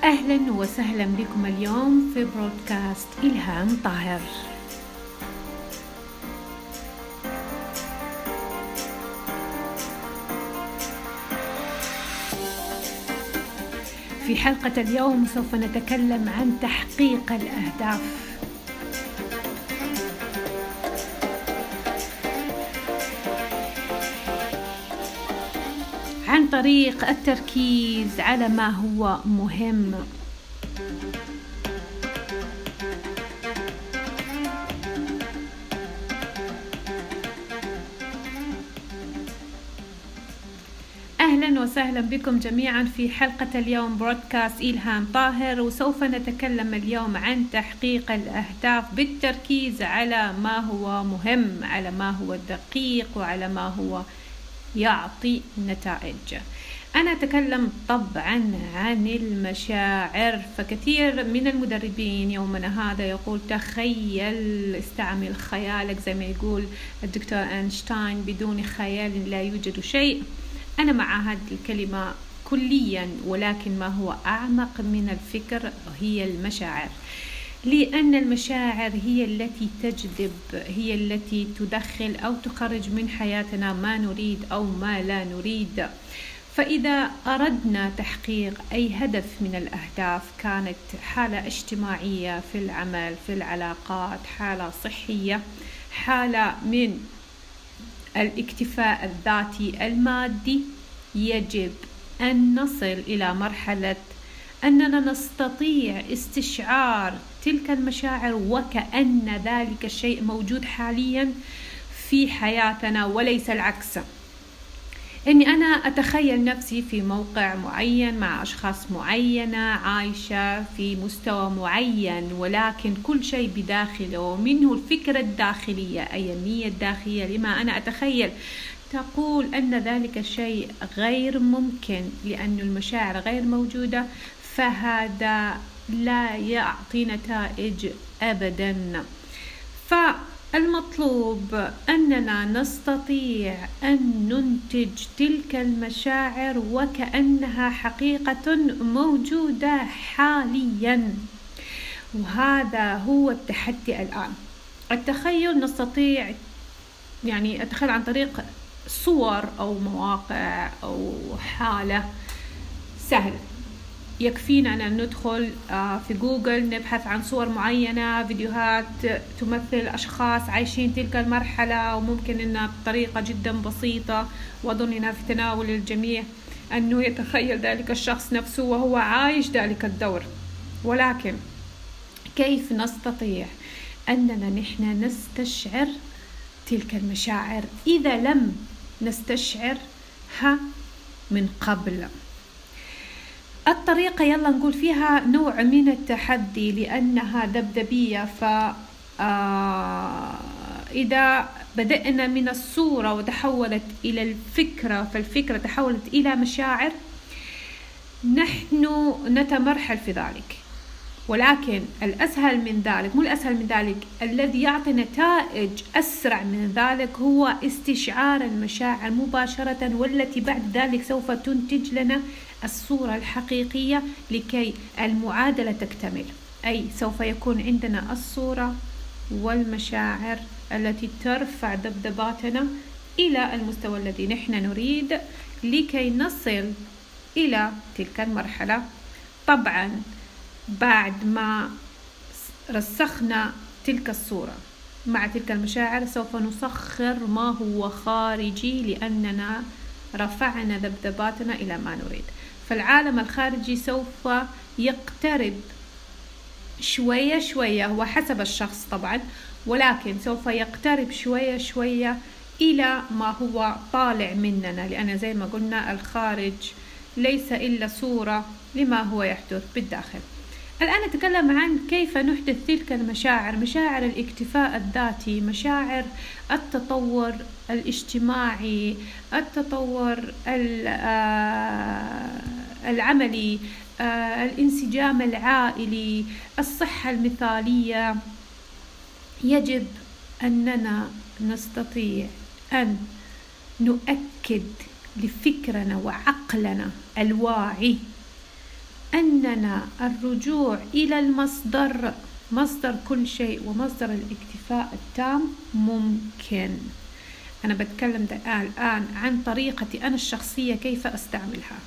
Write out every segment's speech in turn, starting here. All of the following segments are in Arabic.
أهلا وسهلا بكم اليوم في برودكاست إلهام طاهر. في حلقة اليوم سوف نتكلم عن تحقيق الأهداف. عن طريق التركيز على ما هو مهم. أهلا وسهلا بكم جميعا في حلقة اليوم برودكاست إلهام طاهر، وسوف نتكلم اليوم عن تحقيق الأهداف بالتركيز على ما هو مهم، على ما هو دقيق، وعلى ما هو يعطي نتائج. أنا أتكلم طبعا عن المشاعر، فكثير من المدربين يومنا هذا يقول تخيل، استعمل خيالك، زي ما يقول الدكتور أينشتاين، بدون خيال لا يوجد شيء. أنا مع هذه الكلمة كليا، ولكن ما هو أعمق من الفكر هي المشاعر، لأن المشاعر هي التي تجذب، هي التي تدخل أو تخرج من حياتنا ما نريد أو ما لا نريد. فإذا أردنا تحقيق أي هدف من الأهداف، كانت حالة اجتماعية في العمل، في العلاقات، حالة صحية، حالة من الاكتفاء الذاتي المادي، يجب أن نصل إلى مرحلة أننا نستطيع استشعار تلك المشاعر وكأن ذلك الشيء موجود حاليا في حياتنا، وليس العكس. إني أنا أتخيل نفسي في موقع معين مع أشخاص معينة، عايشة في مستوى معين، ولكن كل شيء بداخله، ومنه الفكرة الداخلية أي النية الداخلية لما أنا أتخيل تقول أن ذلك الشيء غير ممكن لأن المشاعر غير موجودة، فهذا لا يعطي نتائج أبدا. فالمطلوب أننا نستطيع أن ننتج تلك المشاعر وكأنها حقيقة موجودة حاليا، وهذا هو التحدي الآن. التخيل نستطيع أتخيل عن طريق صور أو مواقع أو حالة، سهل، يكفينا أن ندخل في جوجل نبحث عن صور معينة، فيديوهات تمثل أشخاص عايشين تلك المرحلة، وممكن أنها بطريقة جدا بسيطة، وأظن أنها في تناول الجميع أنه يتخيل ذلك الشخص نفسه وهو عايش ذلك الدور. ولكن كيف نستطيع أننا نحن نستشعر تلك المشاعر إذا لم نستشعرها من قبل؟ الطريقة يلا نقول فيها نوع من التحدي لأنها ذبذبية. إذا بدأنا من الصورة وتحولت إلى الفكرة، فالفكرة تحولت إلى مشاعر، نحن نتمرحل في ذلك. ولكن الأسهل من ذلك، مو الأسهل من ذلك، الذي يعطي نتائج أسرع من ذلك هو استشعار المشاعر مباشرة، والتي بعد ذلك سوف تنتج لنا الصورة الحقيقية لكي المعادلة تكتمل. أي سوف يكون عندنا الصورة والمشاعر التي ترفع ذبذباتنا إلى المستوى الذي نحن نريد لكي نصل إلى تلك المرحلة. طبعا بعد ما رسخنا تلك الصورة مع تلك المشاعر سوف نسخر ما هو خارجي، لأننا رفعنا ذبذباتنا إلى ما نريد. فالعالم الخارجي سوف يقترب شوية شوية، وحسب الشخص طبعا، ولكن سوف يقترب شوية شوية إلى ما هو طالع مننا، لأن زي ما قلنا الخارج ليس إلا صورة لما هو يحدث بالداخل. الآن نتكلم عن كيف نحدث تلك المشاعر، مشاعر الاكتفاء الذاتي، مشاعر التطور الاجتماعي، التطور العملي، الانسجام العائلي، الصحة المثالية. يجب أننا نستطيع أن نؤكد لفكرنا وعقلنا الواعي أننا الرجوع إلى المصدر، مصدر كل شيء ومصدر الاكتفاء التام ممكن. أنا بتكلم الآن عن طريقتي أنا الشخصية كيف أستعملها.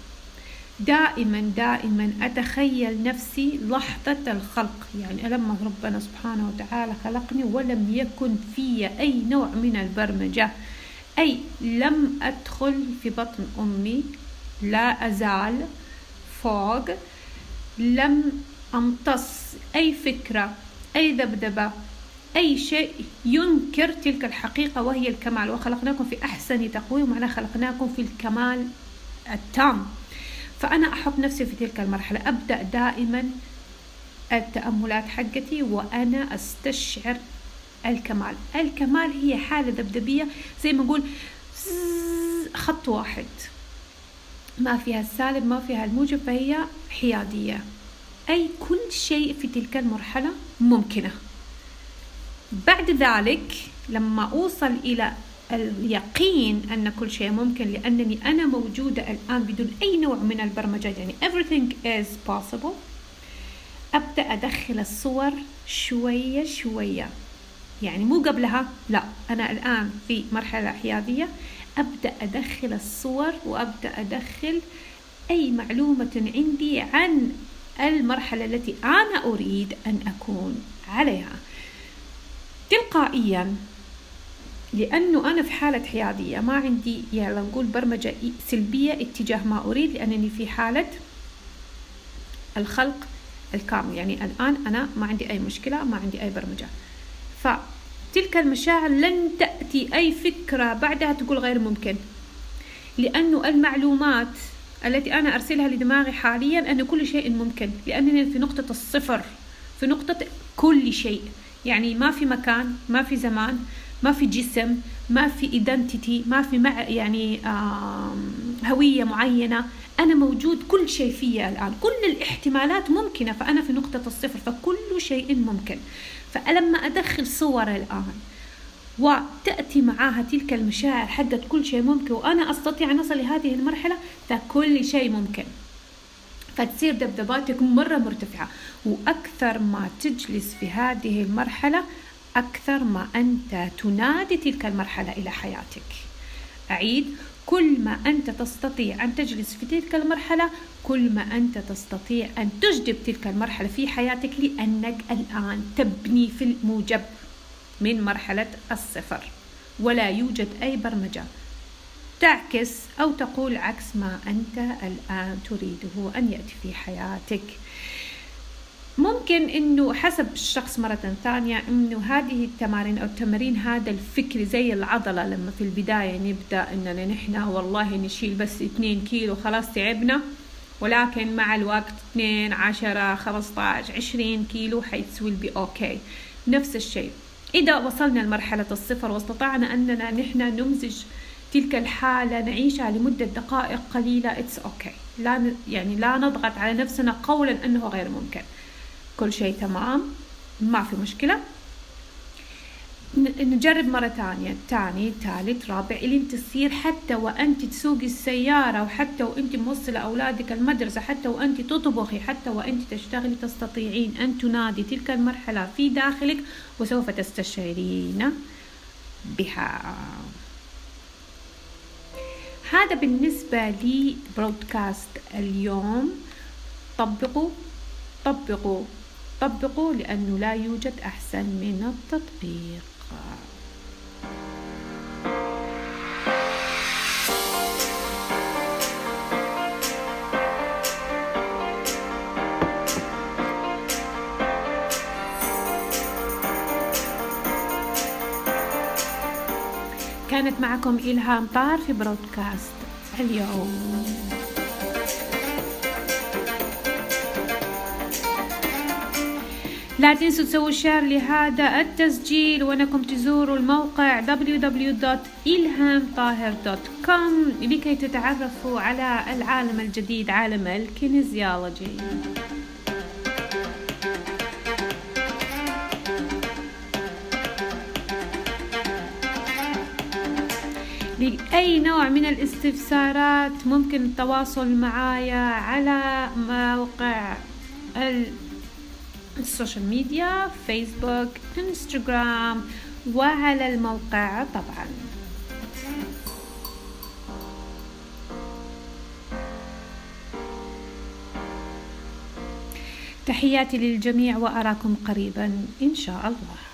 دائما أتخيل نفسي لحظة الخلق، يعني لما ربنا سبحانه وتعالى خلقني ولم يكن في أي نوع من البرمجة، أي لم أدخل في بطن أمي، لا أزال فوق، لم أمتص أي فكرة، أي ذبذبة، أي شيء ينكر تلك الحقيقة وهي الكمال. وخلقناكم في أحسن تقويم، وأنا خلقناكم في الكمال التام. فأنا أحط نفسي في تلك المرحلة، أبدأ دائما التأملات حقتي وأنا أستشعر الكمال. الكمال هي حالة ذبذبية زي ما نقول خط واحد، ما فيها السالب ما فيها الموجب، فهي حيادية. أي كل شيء في تلك المرحلة ممكنة. بعد ذلك لما أوصل إلى اليقين أن كل شيء ممكن، لأنني أنا موجودة الآن بدون أي نوع من البرمجة، يعني everything is possible، أبدأ أدخل الصور شوية شوية، يعني مو قبلها، لا، أنا الآن في مرحلة حيادية، أبدأ أدخل الصور وأبدأ أدخل أي معلومة عندي عن المرحلة التي أنا أريد أن أكون عليها تلقائيا، لأنه أنا في حالة حيادية، ما عندي يعني نقول برمجة سلبية اتجاه ما أريد، لأنني في حالة الخلق الكامل. يعني الآن أنا ما عندي أي مشكلة، ما عندي أي برمجة. فتلك المشاعر لن تأتي أي فكرة بعدها تقول غير ممكن، لأنه المعلومات التي أنا أرسلها لدماغي حاليا أن كل شيء ممكن، لأنني في نقطة الصفر، في نقطة كل شيء. يعني ما في مكان، ما في زمان، ما في جسم، ما في identity، ما في يعني هوية معينة. أنا موجود، كل شيء فيا الآن، كل الاحتمالات ممكنة، فأنا في نقطة الصفر، فكل شيء ممكن. فلما أدخل صور الآن وتأتي معها تلك المشاعر حقت كل شيء ممكن، وأنا أستطيع أن أصل لهذه المرحلة، فكل شيء ممكن، فتصير دبدباتك مرة مرتفعة. وأكثر ما تجلس في هذه المرحلة أكثر ما أنت تنادي تلك المرحلة إلى حياتك. أعيد، كل ما أنت تستطيع أن تجلس في تلك المرحلة، كل ما أنت تستطيع أن تجذب تلك المرحلة في حياتك، لأنك الآن تبني في الموجب من مرحلة الصفر، ولا يوجد أي برمجة تعكس أو تقول عكس ما أنت الآن تريده أن يأتي في حياتك. ممكن إنه حسب الشخص مرة ثانية إنه هذه التمارين أو التمارين هذا الفكر زي العضلة، لما في البداية نبدأ إننا نحن والله نشيل بس 2 كيلو خلاص تعبنا، ولكن مع الوقت 2 10 15 20 كيلو حيتسوي بي أوكي. نفس الشيء إذا وصلنا لمرحلة الصفر واستطعنا أننا نحن نمزج تلك الحالة نعيشها لمدة دقائق قليلة، it's okay. لا نضغط على نفسنا قولا أنه غير ممكن، كل شيء تمام، ما في مشكلة. نجرب مرة ثانية، ثاني ثالث رابع، اللي تصير حتى وأنت تسوقي السيارة، وحتى وأنت موصلة أولادك المدرسة، حتى وأنت تطبخي، حتى وأنت تشتغلي، تستطيعين أن تنادي تلك المرحلة في داخلك، وسوف تستشعرين بها. هذا بالنسبة لي برودكاست اليوم. طبقوا لأنه لا يوجد أحسن من التطبيق. كانت معكم إلهام طاهر في برودكاست اليوم. لا تنسوا تسووا شير لهذا التسجيل، وأنكم تزوروا الموقع www.ilhamtahir.com لكي تتعرفوا على العالم الجديد، عالم الكينيزيولوجي. لأي نوع من الاستفسارات ممكن التواصل معايا على موقع السوشيال ميديا، فيسبوك، انستغرام، وعلى الموقع طبعا. تحياتي للجميع وأراكم قريبا إن شاء الله.